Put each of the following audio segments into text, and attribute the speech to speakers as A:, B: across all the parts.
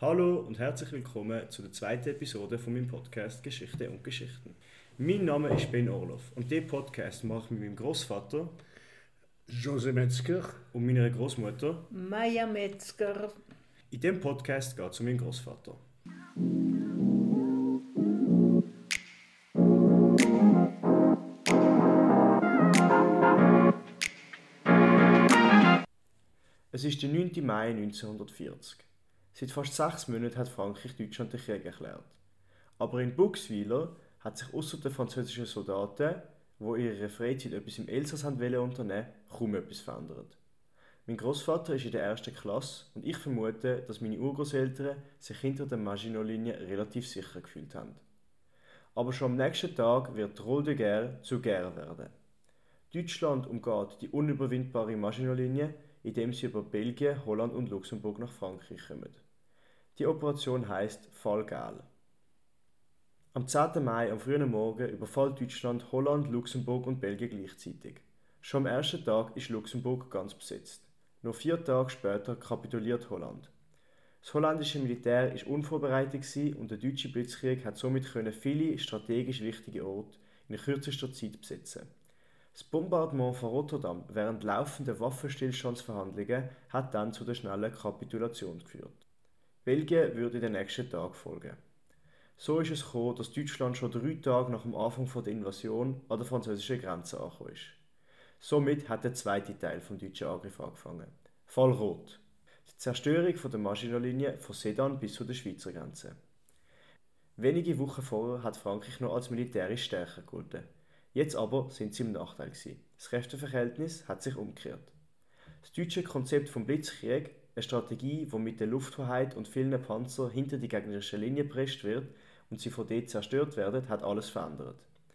A: Hallo und herzlich willkommen zu der zweiten Episode von meinem Podcast Geschichte und Geschichten. Mein Name ist Ben Orloff und diesen Podcast mache ich mit meinem Großvater
B: José Metzger.
A: und meiner Großmutter.
C: Maja Metzger.
A: In diesem Podcast geht es um meinen Großvater. Es ist der 9. Mai 1940. Seit fast 6 Monaten hat Frankreich Deutschland den Krieg erklärt. Aber in Bouxwiller hat sich ausser den französischen Soldaten, die in ihrer Freizeit etwas im Elsass unternehmen wollten, kaum etwas verändert. Mein Großvater ist in der 1. Klasse und ich vermute, dass meine Urgroßeltern sich hinter der Maginot-Linie relativ sicher gefühlt haben. Aber schon am nächsten Tag wird Drôle de Guerre zu Guerre werden. Deutschland umgeht die unüberwindbare Maginot-Linie, indem sie über Belgien, Holland und Luxemburg nach Frankreich kommen. Die Operation heisst Fall Gall. Am 10. Mai am frühen Morgen überfällt Deutschland Holland, Luxemburg und Belgien gleichzeitig. Schon am ersten Tag ist Luxemburg ganz besetzt. Nur 4 Tage später kapituliert Holland. Das holländische Militär war unvorbereitet und der deutsche Blitzkrieg hat somit viele strategisch wichtige Orte in kürzester Zeit besetzen. Das Bombardement von Rotterdam während laufender Waffenstillstandsverhandlungen hat dann zu der schnellen Kapitulation geführt. Belgien würde in den nächsten Tagen folgen. So ist es gekommen, dass Deutschland schon 3 Tage nach dem Anfang der Invasion an der französischen Grenze angekommen ist. Somit hat der zweite Teil des deutschen Angriffs angefangen. Fall Rot. Die Zerstörung der Maginot-Linie von Sedan bis zu der Schweizer Grenze. Wenige Wochen vorher hat Frankreich noch als militärisch stärker gegolten. Jetzt aber sind sie im Nachteil gewesen. Das Kräfteverhältnis hat sich umgekehrt. Das deutsche Konzept vom Blitzkrieg, eine Strategie, die mit der Lufthoheit und vielen Panzern hinter die gegnerische Linie gepresst wird und sie von dort zerstört werden, hat alles verändert.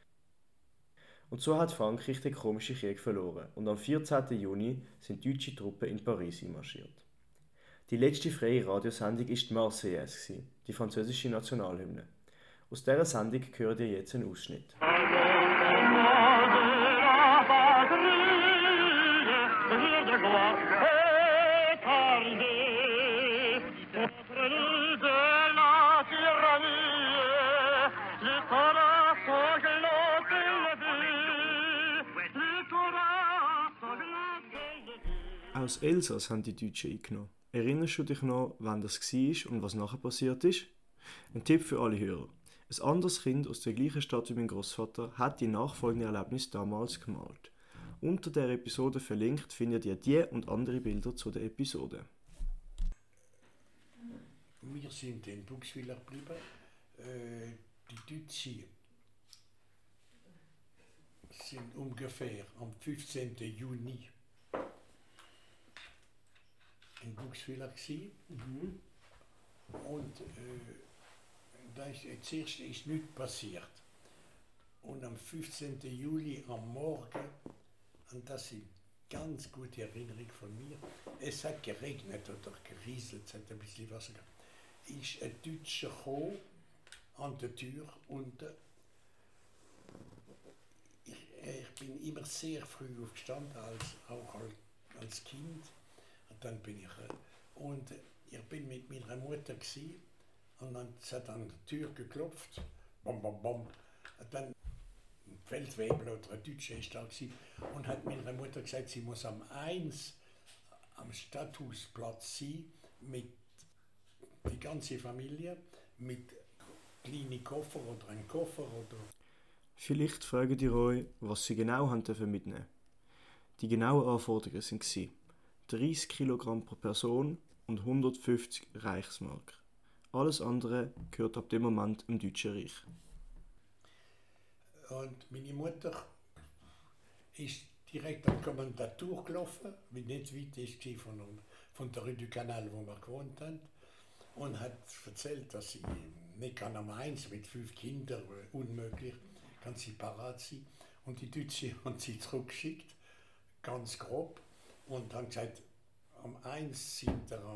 A: Und so hat Frankreich den komischen Krieg verloren und am 14. Juni sind deutsche Truppen in Paris einmarschiert. Die letzte freie Radiosendung war die Marseillaise, die französische Nationalhymne. Aus dieser Sendung hört ihr jetzt einen Ausschnitt. Aus Elsass haben die Deutschen eingenommen. Erinnerst du dich noch, wann das war und was nachher passiert ist? Ein Tipp für alle Hörer. Ein anderes Kind aus der gleichen Stadt wie mein Großvater hat die nachfolgenden Erlebnisse damals gemalt. Unter der Episode verlinkt findet ihr die und andere Bilder zu der Episode.
B: Wir sind in Bouxwiller geblieben. Die Deutschen sind ungefähr am 15. Juni in Bouxwiller gewesen. Und das erste ist nichts passiert. Und am 15. Juli am Morgen, und das sind ganz gute Erinnerungen von mir, es hat geregnet oder gerieselt, es hat ein bisschen Wasser gehabt, ist ein Deutscher gekommen an der Tür und ich bin immer sehr früh aufgestanden, auch als Kind. Und dann bin ich bin mit meiner Mutter gewesen, und dann hat an der Tür geklopft, bom bom bom. Und dann ein Feldwebel oder ein Deutscher ist da gewesen, und hat meiner Mutter gesagt, sie muss am 1 am Stadthausplatz sein, mit die ganze Familie, mit kleinen Koffer oder einem Koffer oder.
A: Vielleicht fragen die euch, was sie genau mitnehmen durften. Die genauen Anforderungen waren 30 Kilogramm pro Person und 150 Reichsmark. Alles andere gehört ab dem Moment im Deutschen Reich.
B: Und meine Mutter ist direkt an die Kommandatur gelaufen, wie nicht weit ist von der Rue du Canal, wo wir gewohnt haben, und hat erzählt, dass sie nicht kann am 1 mit 5 Kindern, unmöglich, kann sie parat sein. Und die Deutschen haben sie zurückgeschickt, ganz grob, und haben gesagt, am 1 sind wir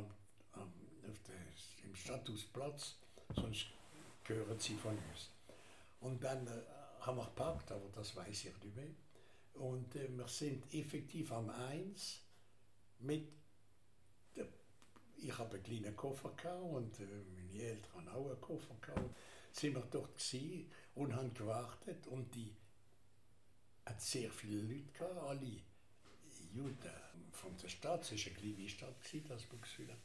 B: im Stadthausplatz, sonst gehören sie von uns. Und dann haben wir geparkt, aber das weiß ich nicht mehr. Und wir sind effektiv am 1 mit ich habe einen kleinen Koffer gehabt und meine Eltern haben auch einen Koffer gehabt. Sind wir dort gewesen und haben gewartet und die hat sehr viele Leute gehabt, alle Juden von der Stadt, es war eine kleine Stadt, das Buxwiller,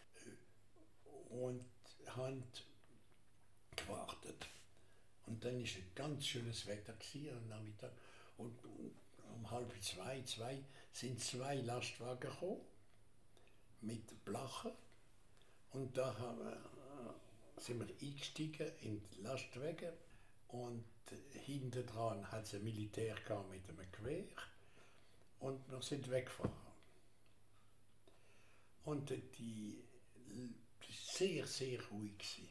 B: und haben gewartet. Und dann war ein ganz schönes Wetter am Nachmittag und um 1:30, 2 sind 2 Lastwagen gekommen mit Blachen und da sind wir eingestiegen in die Lastwagen und hinten dran hat es ein Militär mit einem Gewehr und wir sind weggefahren. Und die sehr, sehr ruhig gewesen.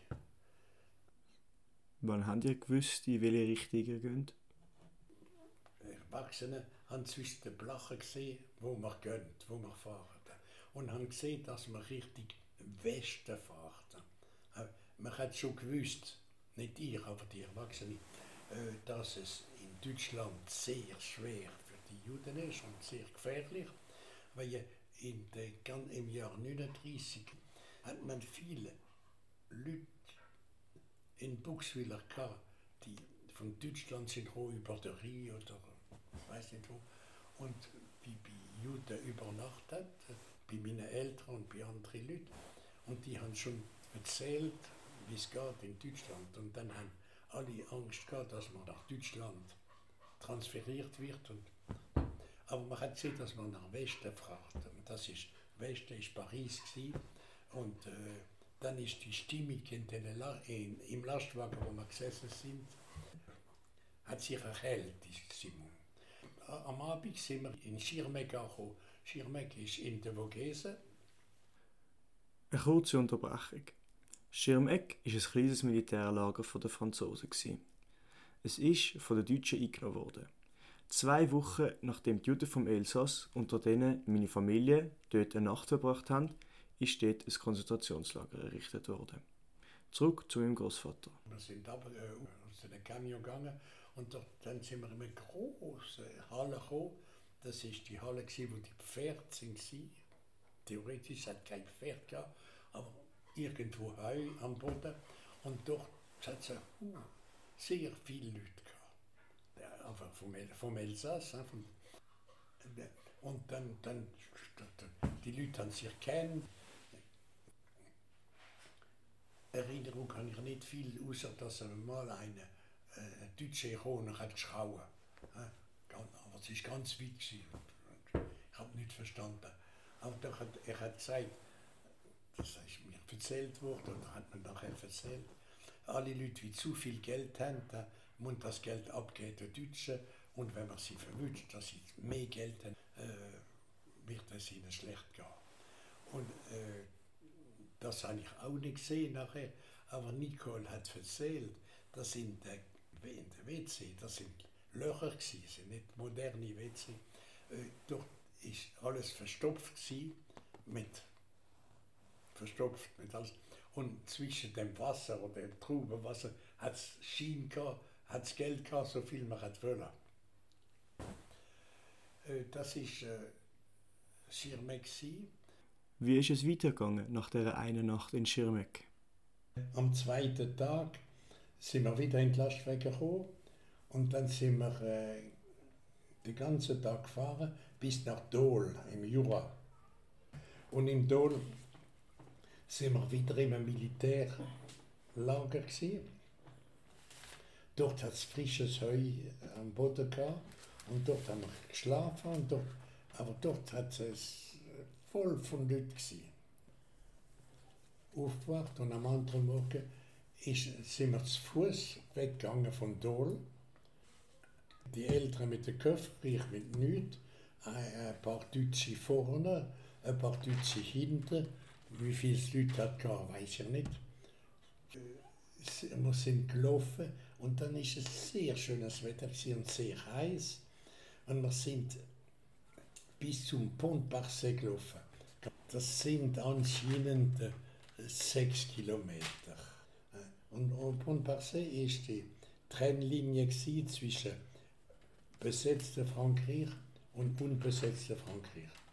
A: Wann habt ihr gewusst, in welche Richtung ihr geht?
B: Erwachsene haben zwischen den Blachen gesehen, wo wir gehen, wo wir fahren. Und haben gesehen, dass wir Richtung Westen fahren. Man hat schon gewusst, nicht ich, aber die Erwachsenen, dass es in Deutschland sehr schwer für die Juden ist und sehr gefährlich, weil im Jahr 1939 hat man viele Leute in Buxwiller gehabt, die von Deutschland sind über den Rhein oder ich weiß nicht wo, und die bei Juden übernachtet, bei meinen Eltern und bei anderen Leuten. Und die haben schon erzählt, wie es geht in Deutschland. Und dann haben alle Angst gehabt, dass man nach Deutschland transferiert wird. Aber man hat gesehen, dass man nach Westen fragt. Und Westen war Paris gewesen. Und dann ist die Stimmung im Lastwagen, wo wir gesessen sind, hat sich erhellt, die Stimmung. Am Abend sind wir in Schirmeck angekommen. Schirmeck ist in der Vogesen.
A: Eine kurze Unterbrechung. Schirmeck war ein kleines Militärlager der Franzosen. Es ist von den Deutschen eingenommen worden. 2 Wochen nachdem die Juden vom Elsass, unter denen meine Familie, dort eine Nacht verbracht haben, ist dort ein Konzentrationslager errichtet worden. Zurück zu meinem Großvater.
B: Wir sind aber aus dem Camion gegangen und dann sind wir in eine große Halle gekommen. Das war die Halle, wo die Pferde waren. Theoretisch hat es kein Pferd gehabt, aber irgendwo Heu am Boden. Und dort hat es sehr viele Leute gehabt. Aber vom Elsass. Und dann die Leute haben sich kennt. Erinnerung habe ich nicht viel, außer dass mal eine deutsche Ikonik hat geschrauen. Aber es war ganz weit. Ich habe nicht verstanden. Aber er hat gesagt, das ist mir erzählt worden, oder hat man nachher erzählt, alle Leute, die zu viel Geld haben, da muss das Geld abgeben den Deutschen. Und wenn man sie verwünscht, dass sie mehr Geld haben, wird es ihnen schlecht gehen. Und das habe ich auch nicht gesehen nachher, aber Nicole hat erzählt, dass in der WC, das sind Löcher gewesen, sind nicht moderne WC, dort ist alles verstopft mit alles. Und zwischen dem Wasser oder dem Traubenwasser hat es Schien gehabt, hat es Geld gehabt, so viel man hat wollen. Das war Schirmeck.
A: Wie ist es weitergegangen nach dieser einen Nacht in Schirmeck?
B: Am 2. Tag sind wir wieder in die Lastwagen gekommen und dann sind wir den ganzen Tag gefahren bis nach Dole im Jura. Und im Dole sind wir wieder im Militärlager gewesen. Dort hat es frisches Heu am Boden gehabt und dort haben wir geschlafen. Aber dort hat es voll von Leuten gewesen. Aufgewacht und am anderen Morgen sind wir zu Fuß weggegangen von Dole. Die Eltern mit den Köpfen, ich mit nichts. Ein paar Deutsche vorne, ein paar Deutsche hinten. Wie viele Leute hat es, weiß ich nicht. Wir sind gelaufen und dann war es sehr schönes Wetter und sehr heiß. Und wir sind bis zum Pont Parcé gelaufen. Das sind anscheinend 6 Kilometer. Und Pont Parcé war die Trennlinie zwischen besetztem Frankreich und unbesetztem Frankreich.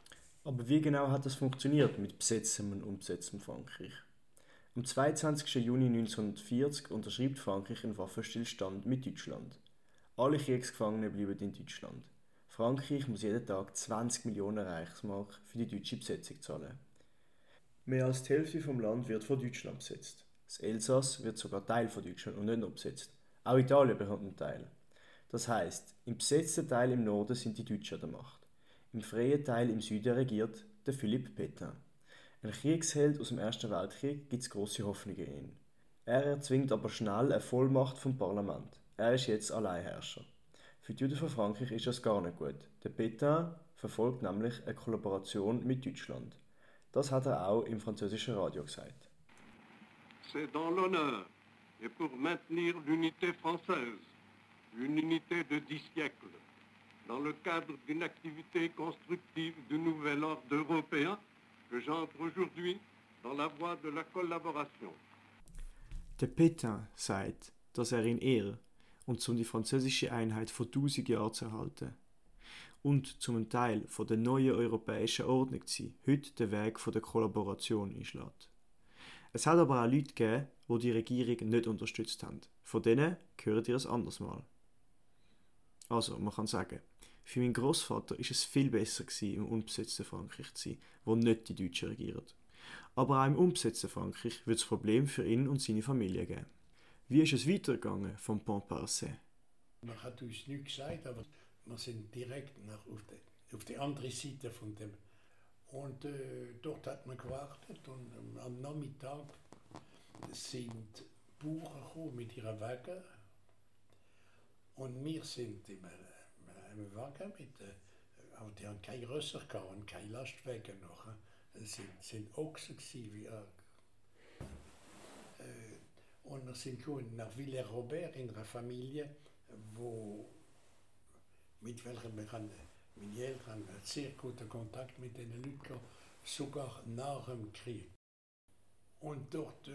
A: Aber wie genau hat das funktioniert mit besetztem und unbesetztem Frankreich? Am 22. Juni 1940 unterschreibt Frankreich einen Waffenstillstand mit Deutschland. Alle Kriegsgefangenen bleiben in Deutschland. Frankreich muss jeden Tag 20 Millionen Reichsmark für die deutsche Besetzung zahlen. Mehr als die Hälfte vom Land wird von Deutschland besetzt. Das Elsass wird sogar Teil von Deutschland und nicht nur besetzt. Auch Italien bekommt einen Teil. Das heisst, im besetzten Teil im Norden sind die Deutschen an der Macht. Im freien Teil im Süden regiert der Philippe Pétain. Ein Kriegsheld aus dem Ersten Weltkrieg gibt es grosse Hoffnungen in ihn. Er erzwingt aber schnell eine Vollmacht vom Parlament. Er ist jetzt Alleinherrscher. Für die Juden von Frankreich ist das gar nicht gut. Der Pétain verfolgt nämlich eine Kollaboration mit Deutschland. Das hat er auch im französischen Radio gesagt.
D: C'est dans l'honneur et pour maintenir l'unité française, une unité de 10 siècles, dans le cadre d'une activité constructive du nouvel ordre européen, que j'entre aujourd'hui dans la voie de la collaboration.
A: Der Pétain sagt, dass er in Ehre und um die französische Einheit vor 1000 Jahren zu erhalten und zum ein Teil von der neuen europäischen Ordnung zu sein, heute den Weg von der Kollaboration einschlägt. Es hat aber auch Leute gegeben, die die Regierung nicht unterstützt haben. Von denen gehört ihr ein anderes Mal. Also, man kann sagen, für meinen Großvater ist es viel besser gewesen, im unbesetzten Frankreich zu sein, wo nicht die Deutschen regieren. Aber auch im unbesetzten Frankreich wird es Probleme für ihn und seine Familie geben. Wie ist es weitergegangen vom Pont Parcé?
B: Man hat uns nichts gesagt, aber wir sind direkt auf die andere Seite von dem. Und dort hat man gewartet und am Nachmittag sind Bauern gekommen mit ihren Wagen. Und wir sind im Wagen aber die haben keine Rösser gehabt und keine Lastwagen noch. Es sind Ochsen wie und wir sind gekommen nach Villers-Robert in einer Familie, mit welcher meine Eltern haben sehr guten Kontakt mit den Leuten gehabt, sogar nach dem Krieg. Und dort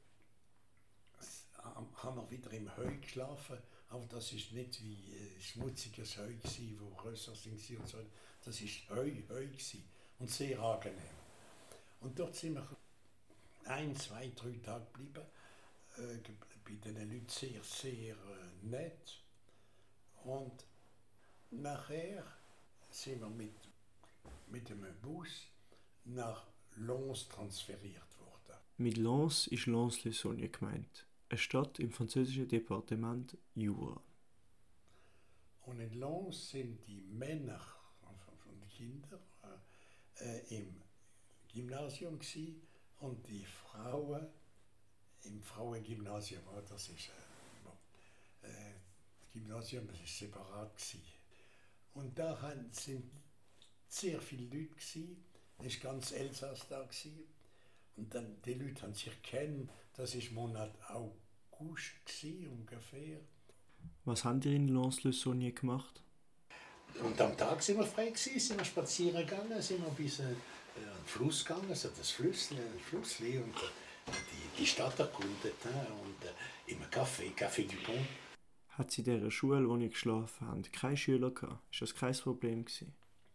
B: haben wir wieder im Heu geschlafen, aber das ist nicht wie schmutziges Heu gsi, wo Rösser sind und so. Das ist Heu gsi und sehr angenehm. Und dort sind wir 1, 2, 3 Tage geblieben, bei den Leuten sehr, sehr nett. Und nachher sind wir mit einem Bus nach Lens transferiert worden.
A: Mit Lens ist Lens-le-Saunier gemeint, eine Stadt im französischen Departement Jura.
B: Und in Lens sind die Männer und die Kinder im Gymnasium gsi und die Frauen im Frauengymnasium. Das ist das Gymnasium, das ist separat gsi. Und da sind sehr viele Leute gsi. Es war ganz Elsass da gsi. Und dann die Leute haben sich kennen. Das ist Monat August gsi, ungefähr.
A: Was habt ihr in Lens-le-Saunier gemacht?
B: Und am Tag sind wir frei gewesen, sind wir spazieren gegangen, sind wir bis an den Fluss gegangen, also das Flüssli und die Stadt erkundet und im Café du Pont.
A: Hat sie in dieser Schule, wo ihr geschlafen habt, keine Schüler gehabt? Ist das kein Problem gewesen?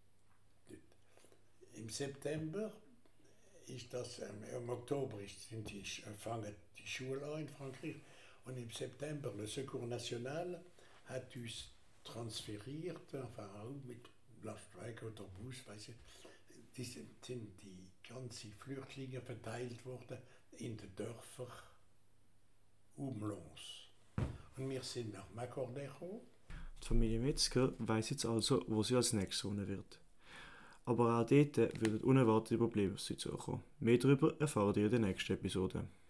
B: Im September ist das, im Oktober fangen die Schulen an in Frankreich und im September le Secours National hat uns transferiert, auch mit Lastwagen oder Bus, weiß ich, sind die ganzen Flüchtlinge verteilt worden in den Dörfern um Lens. Und wir sind nach Macorday gekommen.
A: Die Familie Metzger weiss jetzt also, wo sie als nächstes wohnen wird. Aber auch dort würden unerwartete Probleme auf sie zukommen. Mehr darüber erfahrt ihr in der nächsten Episode.